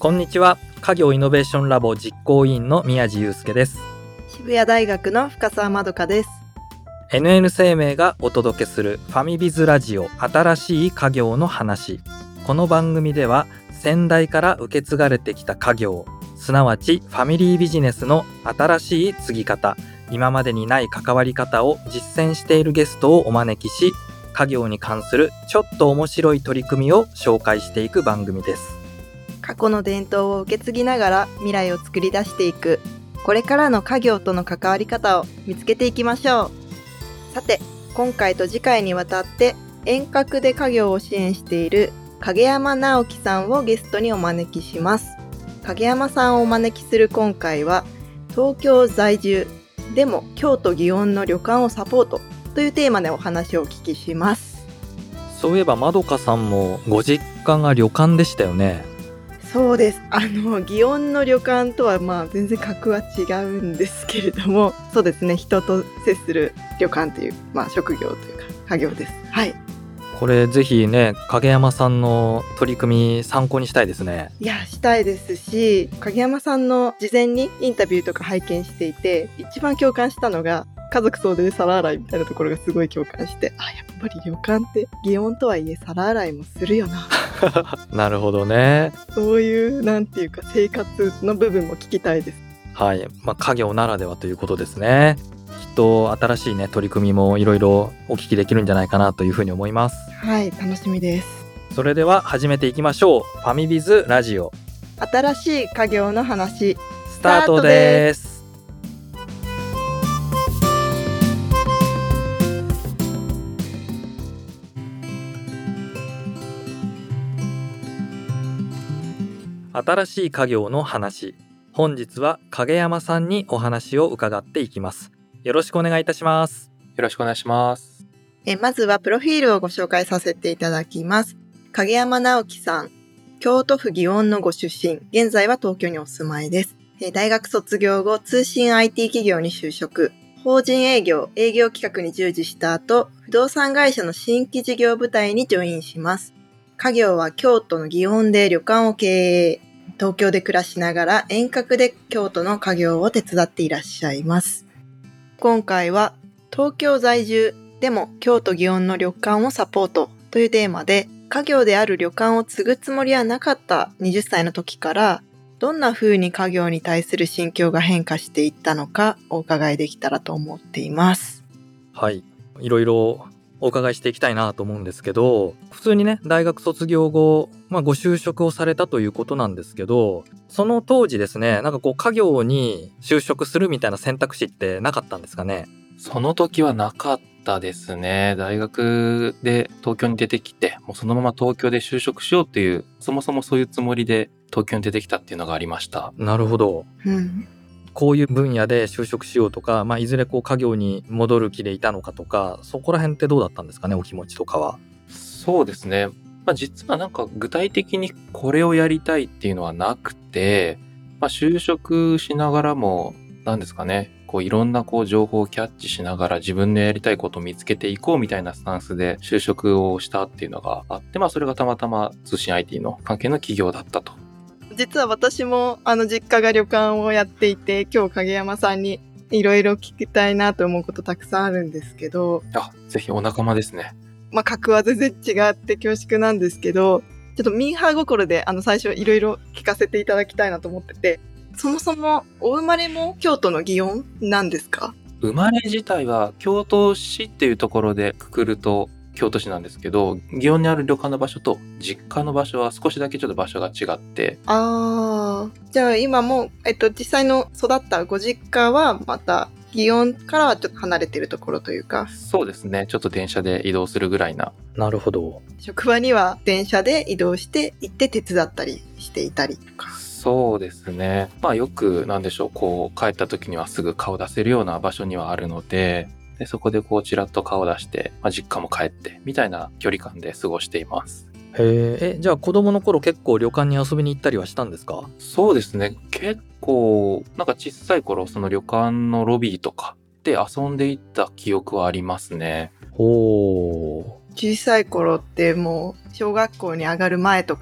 こんにちは。家業イノベーションラボ実行委員の宮地祐介です。 渋谷大学の深澤まどかです。 NN 生命がお届けするファミビズラジオ、新しい家業の話。この番組では先代から受け継がれてきた家業、すなわちファミリービジネスの新しい継ぎ方、今までにない関わり方を実践しているゲストをお招きし、家業に関するちょっと面白い取り組みを紹介していく番組です。 過去の伝統を受け継ぎながら未来を作り出していく、これからの家業との関わり方を見つけていきましょう。さて、今回と次回にわたって遠隔で家業を支援している影山直樹さんをゲストにお招きします。影山さんをお招きする今回は、東京在住でも京都祇園の旅館をサポートというテーマでお話をお聞きします。 そういえばまどかさんもご実家が旅館でしたよね。 そうです。祇園の旅館とは全然格は違うんですけれども、そうですね、人と接する旅館という、職業というか家業です。はい。 これぜひね、影山さんの取り組み参考にしたいですね。 いや、したいですし、影山さんの事前にインタビューとか拝見していて、一番共感したのが家族総出で皿洗いみたいなところがすごい共感して、やっぱり旅館って祇園とはいえ皿洗いもするよななるほどね。 そういうなんていうか生活の部分も聞きたいです。 はい、家業ならではということですね。きっと新しいね取り組みもいろいろお聞きできるんじゃないかなというふうに思います。 はい、楽しみです。 それでは始めていきましょう。ファミビズラジオ、 新しい家業の話スタートです。新しい家業の話。本日は影山さんにお話を伺っていきます。よろしくお願いいたします。 よろしくお願いします。 まずはプロフィールをご紹介させていただきます。影山直樹さん、京都府祇園のご出身、現在は東京にお住まいです。大学卒業後、通信 IT 企業に就職、法人営業企画に従事した後、不動産会社の新規事業部隊にジョインします。家業は京都の祇園で旅館を経営、東京で暮らしながら遠隔で京都の家業を手伝っていらっしゃいます。今回は東京在住でも京都祇園の旅館をサポートというテーマで、家業である旅館を継ぐつもりはなかった20歳の時から、どんな風に家業に対する心境が変化していったのかお伺いできたらと思っています。 はい、いろいろお伺いしていきたいなと思うんですけど、普通にね大学卒業後、ご就職をされたということなんですけど、その当時ですね、家業に就職するみたいな選択肢ってなかったんですかね。 その時はなかったですね。大学で東京に出てきて、もうそのまま東京で就職しようっていう、そもそもそういうつもりで東京に出てきたっていうのがありました。 なるほど。こういう分野で就職しようとか、いずれ家業に戻る気でいたのかとか、そこら辺ってどうだったんですかね、お気持ちとかは。 そうですね。実は具体的にこれをやりたいっていうのはなくて、就職しながらも、なんですかね、いろんな情報をキャッチしながら自分のやりたいことを見つけていこうみたいなスタンスで就職をしたっていうのがあって、それがたまたま通信 IT の関係の企業だったと。 実は私も実家が旅館をやっていて、今日影山さんにいろいろ聞きたいなと思うことたくさんあるんですけど、 ぜひお仲間ですね。 格は全然違って恐縮なんですけど、ちょっとミーハー心で最初いろいろ聞かせていただきたいなと思ってて、そもそもお生まれも京都の祇園なんですか？ 生まれ自体は京都市っていうところでくくると京都市なんですけど、祇園にある旅館の場所と実家の場所は少しだけちょっと場所が違って。 じゃあ今も、実際の育ったご実家はまた祇園からはちょっと離れてるところというか。 そうですね、ちょっと電車で移動するぐらいな。 なるほど。 職場には電車で移動して行って手伝ったりしていたりとか。 そうですね。よく帰った時にはすぐ顔出せるような場所にはあるので、そこでちらっと顔出して、実家も帰ってみたいな距離感で過ごしています。 じゃあ子供の頃結構旅館に遊びに行ったりはしたんですか？ そうですね。結構小さい頃その旅館のロビーとかで遊んでいった記憶はありますね。 小さい頃ってもう小学校に上がる前とか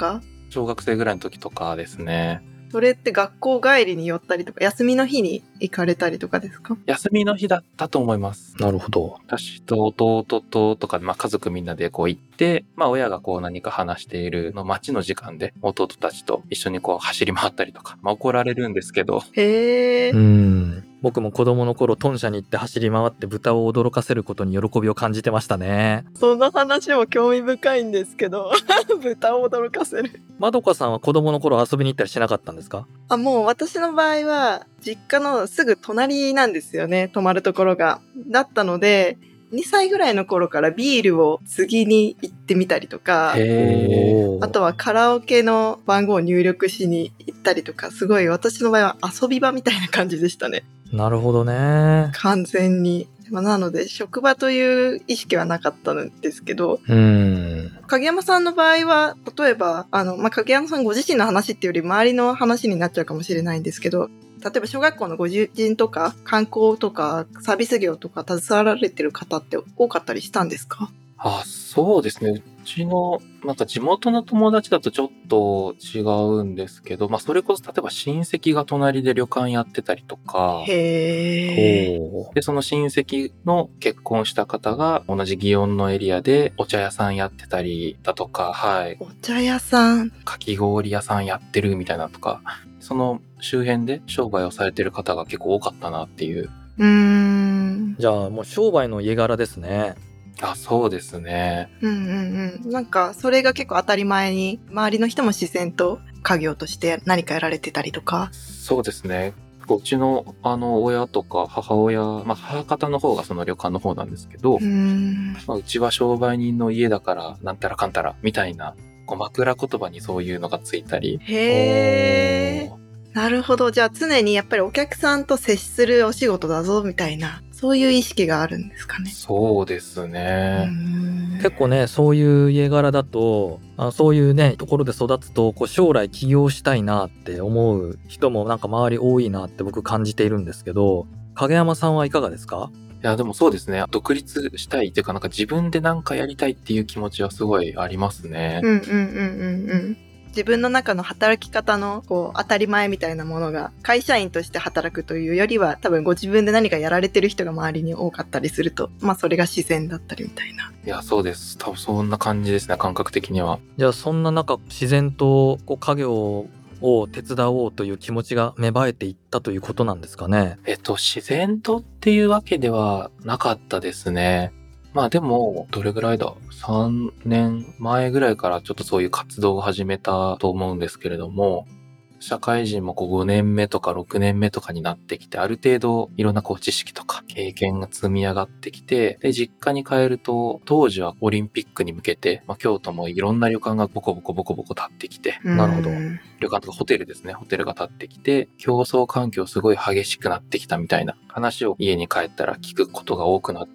小学生ぐらいの時とかですね。 それって学校帰りに寄ったりとか、休みの日に行かれたりとかですか？ 休みの日だったと思います。 なるほど。 私と弟とか、家族みんなでこう行って、親がこう何か話しているの待ちの時間で弟たちと一緒にこう走り回ったりとか、怒られるんですけど。 へー。 僕も子供の頃豚舎に行って走り回って豚を驚かせることに喜びを感じてましたね。 その話も興味深いんですけど豚を驚かせる。 まどかさんは子供の頃遊びに行ったりしなかったんですか？ もう私の場合は実家のすぐ隣なんですよね、泊まるところが。だったので2歳ぐらいの頃からビールを継ぎに行ってみたりとか、あとはカラオケの番号を入力しに行ったりとか、すごい私の場合は遊び場みたいな感じでしたね。 なるほどね。 完全に。なので職場という意識はなかったんですけど、影山さんの場合は例えば影山さんご自身の話っていうより周りの話になっちゃうかもしれないんですけど、例えば小学校のご友人とか観光とかサービス業とか携わられてる方って多かったりしたんですか？ そうですね。うちの地元の友達だとちょっと違うんですけど、それこそ例えば親戚が隣で旅館やってたりとか、 へー。 でその親戚の結婚した方が同じ祇園のエリアでお茶屋さんやってたりだとか、 お茶屋さん、 かき氷屋さんやってるみたいなとか、その周辺で商売をされてる方が結構多かったなっていう。 じゃあもう商売の家柄ですね。 そうですね。 なんかそれが結構当たり前に周りの人も自然と家業として何かやられてたりとか。 そうですね。うちの親とか母親、母方の方がその旅館の方なんですけど、うちは商売人の家だからなんたらかんたらみたいな枕言葉にそういうのがついたり。 へー。なるほど。じゃあ常にやっぱりお客さんと接するお仕事だぞみたいな、そういう意識があるんですかね。 そうですね。 結構ね、そういう家柄だとそういうねところで育つと将来起業したいなって思う人も周り多いなって僕感じているんですけど、影山さんはいかがですか？ いやでもそうですね。独立したいっていうか自分で何かやりたいっていう気持ちはすごいありますね。 自分の中の働き方の当たり前みたいなものが会社員として働くというよりは多分ご自分で何かやられてる人が周りに多かったりすると、それが自然だったりみたいな。 いやそうです。多分そんな感じですね、感覚的には。 じゃあそんな中自然と家業を手伝おうという気持ちが芽生えていったということなんですかね？ 自然とっていうわけではなかったですね。でも、どれぐらいだ ?3 年前ぐらいからちょっとそういう活動を始めたと思うんですけれども、社会人も5年目とか6年目とかになってきて、ある程度いろんな知識とか経験が積み上がってきて、で、実家に帰ると、当時はオリンピックに向けて、京都もいろんな旅館がボコボコ立ってきて、 なるほど。 旅館とかホテルですね、ホテルが建ってきて、競争環境すごい激しくなってきたみたいな話を家に帰ったら聞くことが多くなって、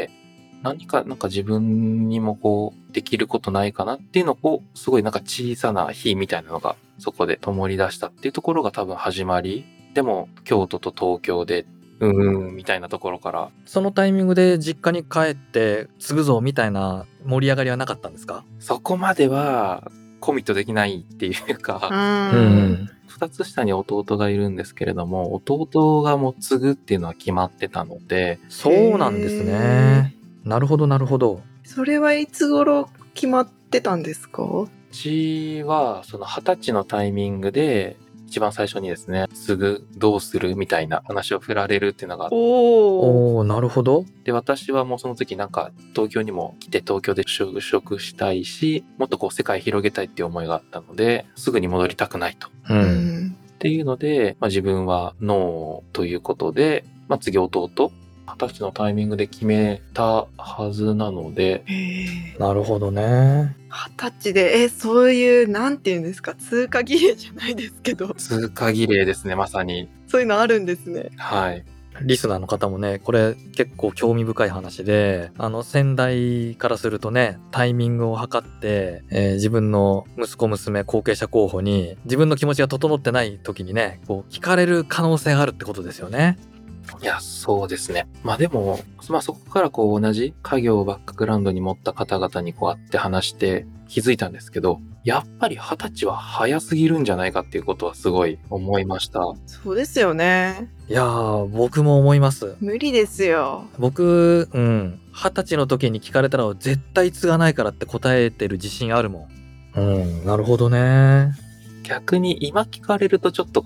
何か自分にもできることないかなっていうのをすごい小さな火みたいなのがそこで灯り出したっていうところが多分始まり。でも京都と東京でみたいなところから。 そのタイミングで実家に帰って継ぐぞみたいな盛り上がりはなかったんですか？ そこまではコミットできないっていうか、2つ下に弟がいるんですけれども、弟がもう継ぐっていうのは決まってたので。 そうなんですね。なるほどなるほど。 それはいつ頃決まってたんですか？ うちはその20歳のタイミングで一番最初にですね、すぐどうするみたいな話を振られるっていうのが。 おー、なるほど。 で、私はもうその時東京にも来て東京で就職したいし、もっと世界広げたいっていう思いがあったので、すぐに戻りたくないと。っていうので、自分はノーということで、次弟、20歳のタイミングで決めたはずなので。 なるほどね。 20歳で、そういうなんていうんですか、通過儀礼じゃないですけど。 通過儀礼ですね、まさに。 そういうのあるんですね。 はい。 リスナーの方もね、これ結構興味深い話で、先代からするとね、タイミングを測って、自分の息子娘後継者候補に自分の気持ちが整ってない時にね、聞かれる可能性があるってことですよね。 いや、そうですね。でも、そこから同じ家業をバックグラウンドに持った方々に会って話して気づいたんですけど、やっぱり20歳は早すぎるんじゃないかっていうことはすごい思いました。 そうですよね。 いやー、僕も思います。 無理ですよ。 僕、20歳の時に聞かれたら絶対継がないからって答えてる自信あるもん。なるほどね。 逆に今聞かれるとちょっと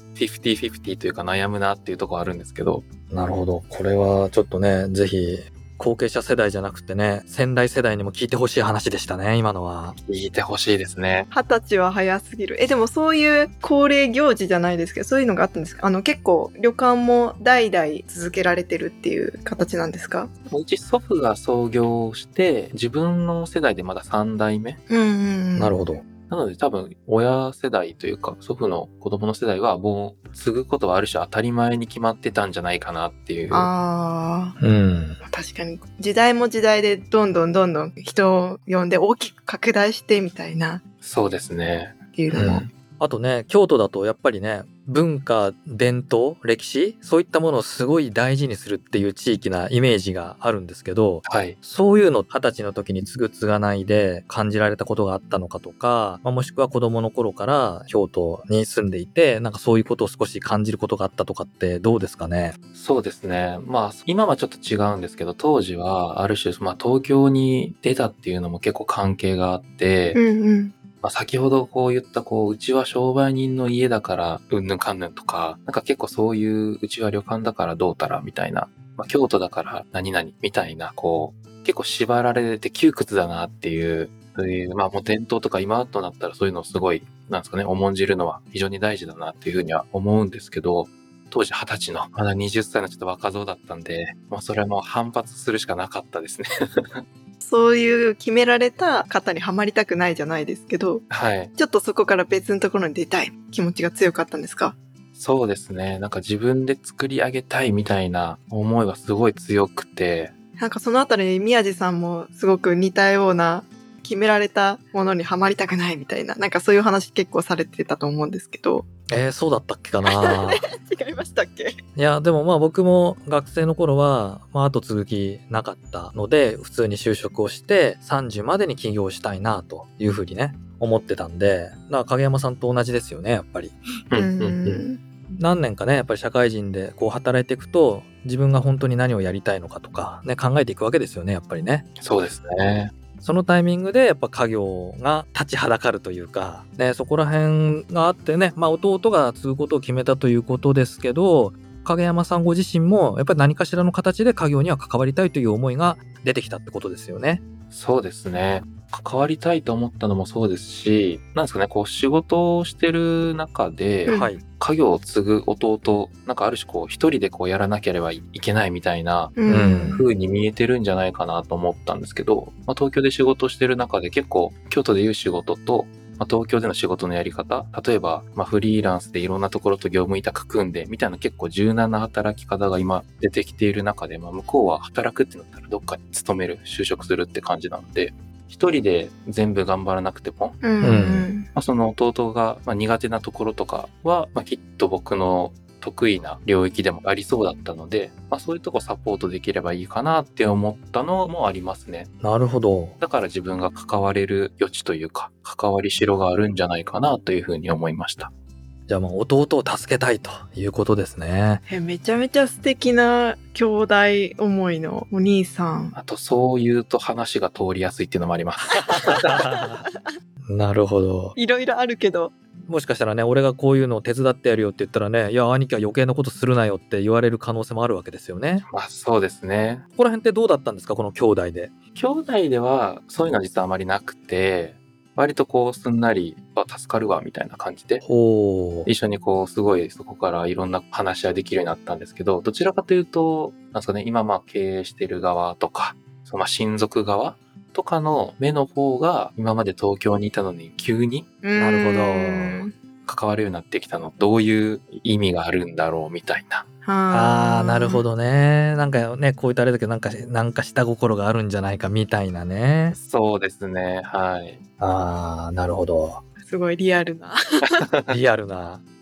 50-50というか悩むなっていうところあるんですけど。 なるほど。これはちょっとね、ぜひ、後継者世代じゃなくてね、先代世代にも聞いてほしい話でしたね、今のは。 聞いてほしいですね。 20歳は早すぎる。でもそういう恒例行事じゃないですけど、そういうのがあったんですか？結構旅館も代々続けられてるっていう形なんですか？ うち祖父が創業して、自分の世代でまだ3代目。 なるほど。 なので多分親世代というか祖父の子供の世代はもう継ぐことはある種当たり前に決まってたんじゃないかなっていう。 確かに時代も時代でどんどん人を呼んで大きく拡大してみたいな。 そうですね。 っていうのも。 あとね、京都だとやっぱりね、文化、伝統、歴史、そういったものをすごい大事にするっていう地域なイメージがあるんですけど、 はい。 そういうの20歳の時に継ぐ継がないで感じられたことがあったのかとか、もしくは子供の頃から京都に住んでいて、なんかそういうことを少し感じることがあったとかってどうですかね？ そうですね。今はちょっと違うんですけど、当時はある種、東京に出たっていうのも結構関係があって、先ほど言った、うちは商売人の家だから、うんぬんかんぬんとか、なんか結構そういう、うちは旅館だからどうたらみたいな、京都だから何々みたいな、結構縛られて窮屈だなっていう、そういう、もう伝統とか今となったらそういうのをすごい、なんですかね、重んじるのは非常に大事だなっていうふうには思うんですけど、当時20歳の、まだ20歳のちょっと若造だったんで、それはもう反発するしかなかったですね。 そういう決められた型にはまりたくないじゃないですけど、 はい。 ちょっとそこから別のところに出たい気持ちが強かったんですか？ そうですね。なんか自分で作り上げたいみたいな思いがすごい強くて。 なんかそのあたり宮地さんもすごく似たような決められたものにはまりたくないみたいな、なんかそういう話結構されてたと思うんですけど。 そうだったっけかな違いましたっけ？ いや、でも僕も学生の頃は、後続きなかったので、普通に就職をして、30までに起業したいな、というふうにね、思ってたんで、影山さんと同じですよね、やっぱり。何年かね、やっぱり社会人で働いていくと、自分が本当に何をやりたいのかとか、ね、考えていくわけですよね、やっぱりね。 そうですね。 そのタイミングでやっぱ家業が立ちはだかるというか、ね、そこら辺があってね、弟が継ぐことを決めたということですけど、影山さんご自身もやっぱり何かしらの形で家業には関わりたいという思いが出てきたってことですよね。 そうですね。関わりたいと思ったのもそうですし、なんですかね、仕事をしてる中で、家業を継ぐ弟、なんかある種一人でやらなければいけないみたいな風に見えてるんじゃないかなと思ったんですけど、東京で仕事してる中で結構京都でいう仕事と、東京での仕事のやり方、例えば、フリーランスでいろんなところと業務委託組んでみたいな結構柔軟な働き方が今出てきている中で、向こうは働くってなったらどっかに勤める、就職するって感じなので、一人で全部頑張らなくても、その弟が苦手なところとかは、きっと僕の得意な領域でもありそうだったので、そういうとこサポートできればいいかなって思ったのもありますね。 なるほど。 だから自分が関われる余地というか、関わりしろがあるんじゃないかなというふうに思いました。 じゃあ弟を助けたいということですね。 めちゃめちゃ素敵な兄弟思いのお兄さん。 あとそう言うと話が通りやすいっていうのもあります。 なるほど。 いろいろあるけど。 もしかしたらね、俺がこういうのを手伝ってやるよって言ったらね、いや、兄貴は余計なことするなよって言われる可能性もあるわけですよね。 そうですね。 ここら辺ってどうだったんですか、この兄弟で。 兄弟ではそういうのは実はあまりなくて、割とすんなり助かるわみたいな感じで一緒にすごいそこからいろんな話し合いできるようになったんですけど、どちらかというとなんですかね、今経営してる側とか親族側とかの目の方が今まで東京にいたのに急になるほど関わるようになってきたの、どういう意味があるんだろうみたいな。 なるほどね。なんかね、こういったあれだけどなんか下心があるんじゃないかみたいなね。 そうですね、はい。 なるほど。 すごいリアルなリアルな。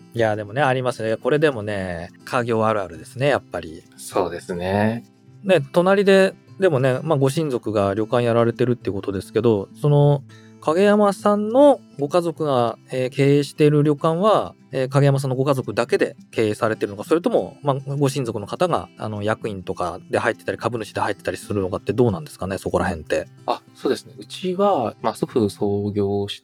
いやでもねありますね。これでもね家業あるあるですねやっぱり。 そうですね。 ね隣でもねご親族が旅館やられてるっていうことですけど、その影山さんのご家族が、経営している旅館は、影山さんのご家族だけで経営されてるのか、それとも、ご親族の方が役員とかで入ってたり株主で入ってたりするのかってどうなんですかね、そこら辺って。 そうですね。うちは、祖父創業して、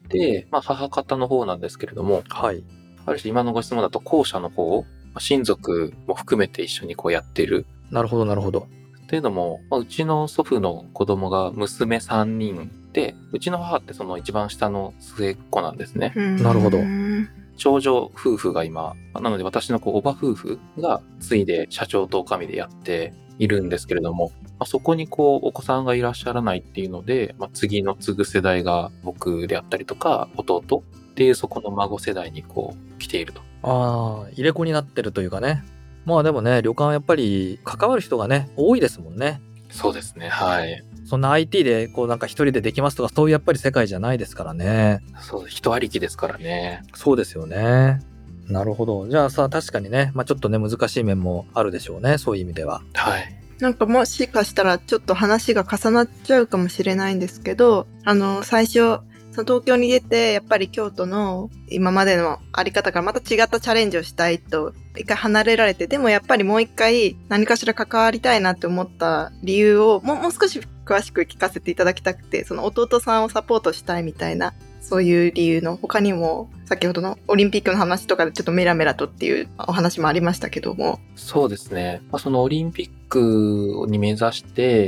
母方の方なんですけれども、 はい。 ある種今のご質問だと後者の方、親族も含めて一緒にこうやっている。 なるほどなるほど。 っていうのも、うちの祖父の子供が娘3人で、うちの母ってその一番下の末っ子なんですね。 なるほど。 長女夫婦が今、なので私のおば夫婦が継いで社長と女将でやっているんですけれども、そこにお子さんがいらっしゃらないっていうので、次の継ぐ世代が僕であったりとか弟っていうそこの孫世代に来ていると。 入れ子になってるというかね。でもね旅館はやっぱり関わる人がね多いですもんね。 そうですね、はい。 そんな IT でなんか一人でできますとかそういうやっぱり世界じゃないですからね。 そう、人ありきですからね。 そうですよね。なるほど。じゃあさ確かにね、ちょっとね難しい面もあるでしょうね、そういう意味では。 はい。 なんかもしかしたらちょっと話が重なっちゃうかもしれないんですけど、最初その東京に出てやっぱり京都の今までのあり方からまた違ったチャレンジをしたいと一回離れられて、でもやっぱりもう一回何かしら関わりたいなって思った理由をもう少し詳しく聞かせていただきたくて、その弟さんをサポートしたいみたいなそういう理由の他にも先ほどのオリンピックの話とかでちょっとメラメラとっていうお話もありましたけども。 そうですね。そのオリンピックに目指して、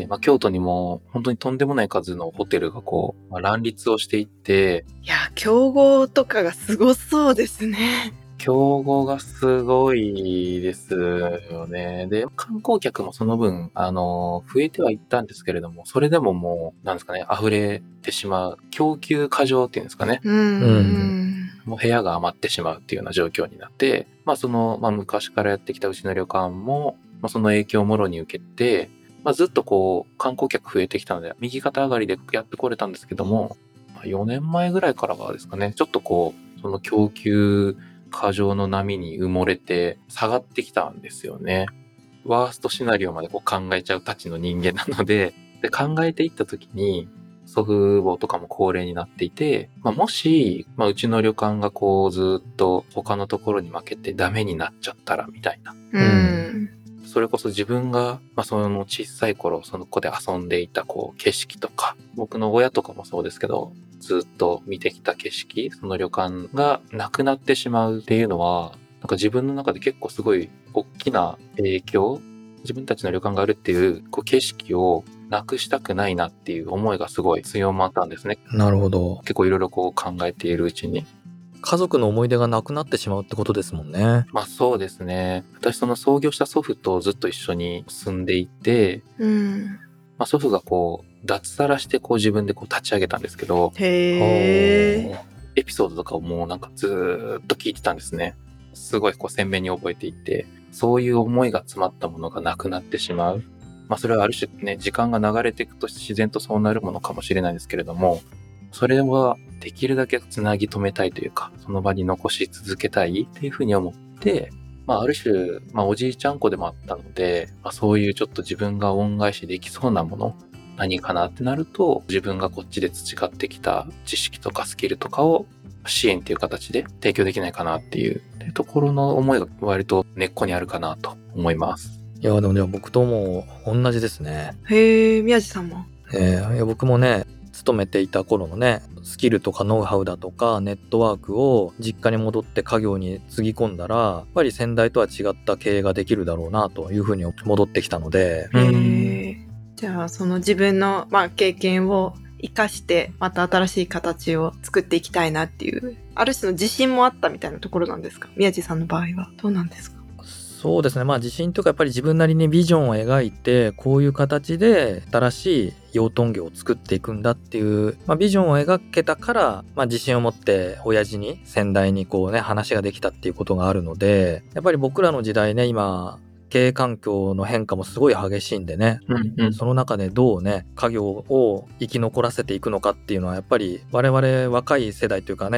京都にも本当にとんでもない数のホテルが乱立をしていって、 いや、競合とかがすごそうですね。 競合がすごいですよね。で、観光客もその分、増えてはいったんですけれども、それでももう、なんですかね、溢れてしまう。供給過剰っていうんですかね。もう部屋が余ってしまうっていうような状況になって、昔からやってきたうちの旅館も、その影響をもろに受けて、ずっと観光客増えてきたので、右肩上がりでやってこれたんですけども、4年前ぐらいからはですかね、ちょっとその供給過剰の波に埋もれて下がってきたんですよね。ワーストシナリオまで考えちゃうたちの人間なので、考えていった時に、祖父母とかも高齢になっていて、もし、うちの旅館がずっと他のところに負けてダメになっちゃったらみたいな。それこそ自分が、その小さい頃、その子で遊んでいた景色とか、僕の親とかもそうですけど、ずっと見てきた景色、その旅館がなくなってしまうっていうのは、なんか自分の中で結構すごい大きな影響、自分たちの旅館があるっていう景色をなくしたくないなっていう思いがすごい強まったんですね。 なるほど。 結構いろいろ考えているうちに。 家族の思い出がなくなってしまうってことですもんね。 そうですね。私その創業した祖父とずっと一緒に住んでいて、祖父が脱サラして自分で立ち上げたんですけど、エピソードとかをもうなんかずーっと聞いてたんですね。すごい鮮明に覚えていて、そういう思いが詰まったものがなくなってしまう。それはある種ね、時間が流れていくと自然とそうなるものかもしれないですけれども、それはできるだけつなぎ止めたいというか、その場に残し続けたいっていうふうに思って、ある種、おじいちゃん子でもあったので、そういうちょっと自分が恩返しできそうなもの、何かなってなると、自分がこっちで培ってきた知識とかスキルとかを支援っていう形で提供できないかなっていうところの思いが割と根っこにあるかなと思います。 いや、でもね、僕とも同じですね。 宮地さんも。 いや僕もね、勤めていた頃のね、スキルとかノウハウだとかネットワークを実家に戻って家業につぎ込んだら、やっぱり先代とは違った経営ができるだろうなというふうに戻ってきたので。 じゃあその自分の、経験を生かしてまた新しい形を作っていきたいなっていうある種の自信もあったみたいなところなんですか？宮地さんの場合はどうなんですか？ そうですね。自信とかやっぱり自分なりにビジョンを描いて、こういう形で新しい養豚業を作っていくんだっていう、ビジョンを描けたから、自信を持って親父に先代に話ができたっていうことがあるので、やっぱり僕らの時代ね、今経営環境の変化もすごい激しいんでね、その中でどうね家業を生き残らせていくのかっていうのはやっぱり我々若い世代というかね、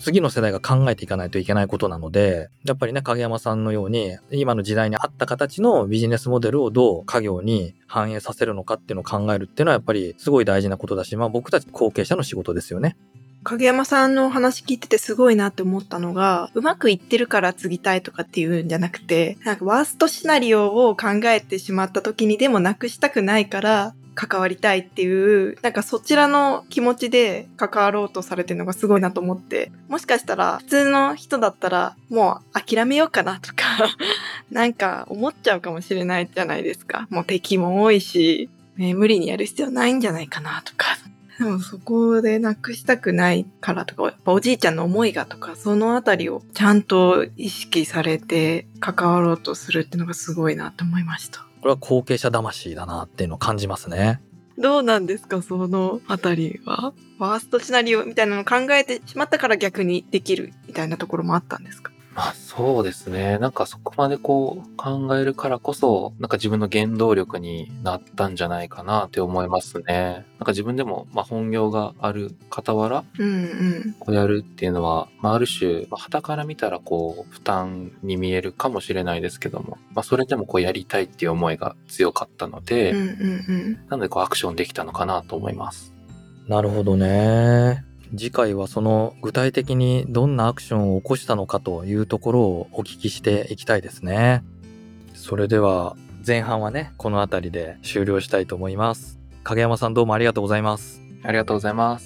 次の世代が考えていかないといけないことなので、やっぱりね、影山さんのように今の時代に合った形のビジネスモデルをどう家業に反映させるのかっていうのを考えるっていうのはやっぱりすごい大事なことだし、僕たち後継者の仕事ですよね。 影山さんのお話聞いててすごいなって思ったのが、うまくいってるから継ぎたいとかっていうんじゃなくて、なんかワーストシナリオを考えてしまった時にでもなくしたくないから関わりたいっていう、なんかそちらの気持ちで関わろうとされてるのがすごいなと思って、もしかしたら普通の人だったらもう諦めようかなとかなんか思っちゃうかもしれないじゃないですか。もう敵も多いし、無理にやる必要ないんじゃないかなとか。でもそこでなくしたくないからとか、やっぱおじいちゃんの思いがとか、そのあたりをちゃんと意識されて関わろうとするっていうのがすごいなと思いました。 これは後継者魂だなっていうのを感じますね。 どうなんですか、そのあたりは。ワーストシナリオみたいなのを考えてしまったから逆にできるみたいなところもあったんですか？ そうですね。なんかそこまでこう考えるからこそ、なんか自分の原動力になったんじゃないかなって思いますね。なんか自分でも本業がある傍ら、こうやるっていうのは、ある種、傍から見たらこう負担に見えるかもしれないですけども、それでもこうやりたいっていう思いが強かったので、なのでこうアクションできたのかなと思います。 なるほどね。次回はその具体的にどんなアクションを起こしたのかというところをお聞きしていきたいですね。それでは前半はね、この辺りで終了したいと思います。影山さん、どうもありがとうございます。 ありがとうございます。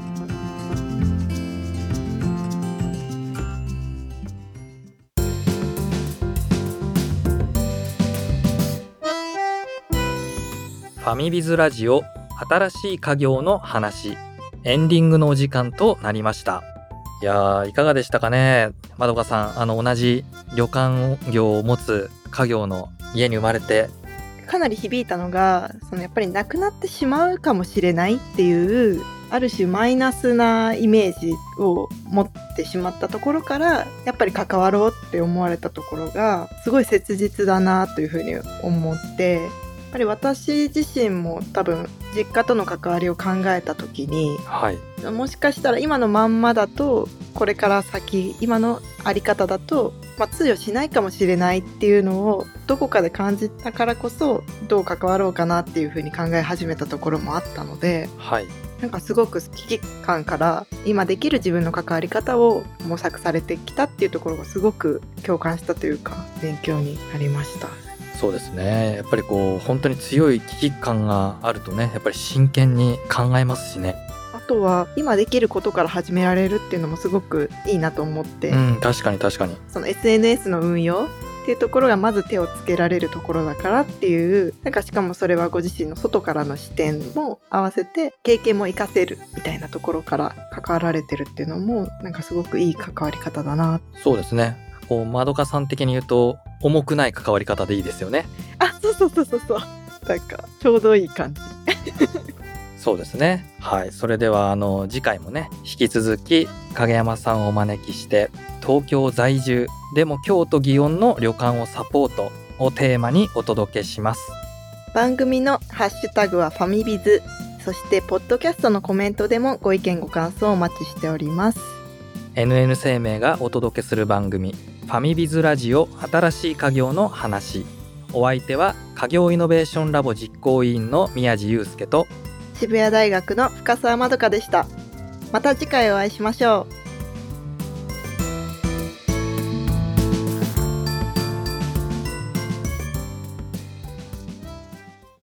ファミビズラジオ新しい家業の話、エンディングのお時間となりました。いやー、いかがでしたかね。まどかさん、同じ旅館業を持つ家業の家に生まれて、 かなり響いたのが、やっぱりなくなってしまうかもしれないっていうある種マイナスなイメージを持ってしまったところから、やっぱり関わろうって思われたところがすごい切実だなというふうに思って、やっぱり私自身も多分実家との関わりを考えた時に、もしかしたら今のまんまだとこれから先今のあり方だと、通用しないかもしれないっていうのをどこかで感じたからこそ、どう関わろうかなっていうふうに考え始めたところもあったので、なんかすごく危機感から今できる自分の関わり方を模索されてきたっていうところがすごく共感したというか、勉強になりました。 そうですね。やっぱりこう本当に強い危機感があるとね、やっぱり真剣に考えますしね。 あとは今できることから始められるっていうのもすごくいいなと思って、 確かにその SNS の運用っていうところがまず手をつけられるところだからっていう、なんかしかもそれはご自身の外からの視点も合わせて経験も活かせるみたいなところから関わられてるっていうのも、なんかすごくいい関わり方だな。 そうですね。こうまどかさん的に言うと重くない関わり方でいいですよね。 そうなんかちょうどいい感じそうですね。はい。それでは次回もね、引き続き影山さんをお招きして、東京在住でも京都祇園の旅館をサポートをテーマにお届けします。 番組のハッシュタグはファミビズ、そしてポッドキャストのコメントでもご意見ご感想をお待ちしております。 NN 生命がお届けする番組ファミビズラジオ新しい家業の話。お相手は家業イノベーションラボ実行委員の宮地祐介と渋谷大学の深澤まどかでした。また次回お会いしましょう。